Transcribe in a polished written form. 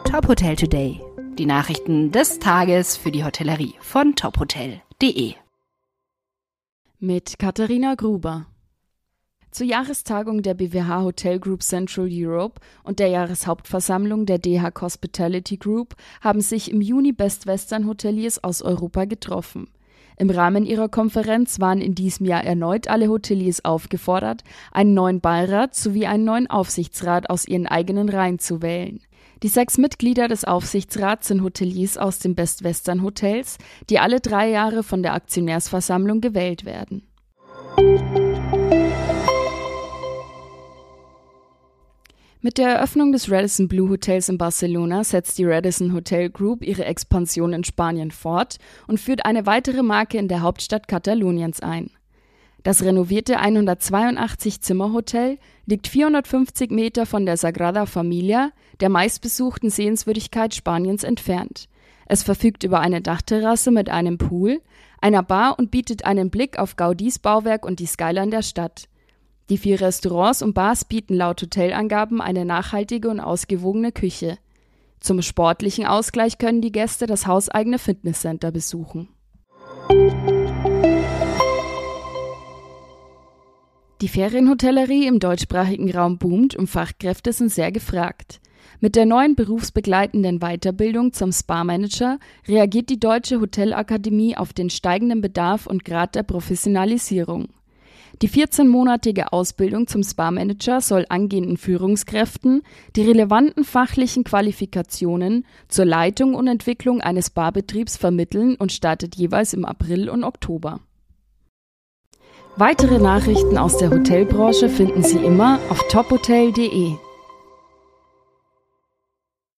Top Hotel Today. Die Nachrichten des Tages für die Hotellerie von tophotel.de. Mit Katharina Gruber. Zur Jahrestagung der BWH Hotel Group Central Europe und der Jahreshauptversammlung der DH Hospitality Group haben sich im Juni Best Western Hoteliers aus Europa getroffen. Im Rahmen ihrer Konferenz waren in diesem Jahr erneut alle Hoteliers aufgefordert, einen neuen Beirat sowie einen neuen Aufsichtsrat aus ihren eigenen Reihen zu wählen. Die 6 Mitglieder des Aufsichtsrats sind Hoteliers aus den Best Western Hotels, die alle 3 Jahre von der Aktionärsversammlung gewählt werden. Mit der Eröffnung des Radisson Blu Hotels in Barcelona setzt die Radisson Hotel Group ihre Expansion in Spanien fort und führt eine weitere Marke in der Hauptstadt Kataloniens ein. Das renovierte 182-Zimmer-Hotel liegt 450 Meter von der Sagrada Familia, der meistbesuchten Sehenswürdigkeit Spaniens, entfernt. Es verfügt über eine Dachterrasse mit einem Pool, einer Bar und bietet einen Blick auf Gaudís Bauwerk und die Skyline der Stadt. Die 4 Restaurants und Bars bieten laut Hotelangaben eine nachhaltige und ausgewogene Küche. Zum sportlichen Ausgleich können die Gäste das hauseigene Fitnesscenter besuchen. Die Ferienhotellerie im deutschsprachigen Raum boomt und Fachkräfte sind sehr gefragt. Mit der neuen berufsbegleitenden Weiterbildung zum Spa-Manager reagiert die Deutsche Hotelakademie auf den steigenden Bedarf und Grad der Professionalisierung. Die 14-monatige Ausbildung zum Spa-Manager soll angehenden Führungskräften die relevanten fachlichen Qualifikationen zur Leitung und Entwicklung eines Spa-Betriebs vermitteln und startet jeweils im April und Oktober. Weitere Nachrichten aus der Hotelbranche finden Sie immer auf tophotel.de.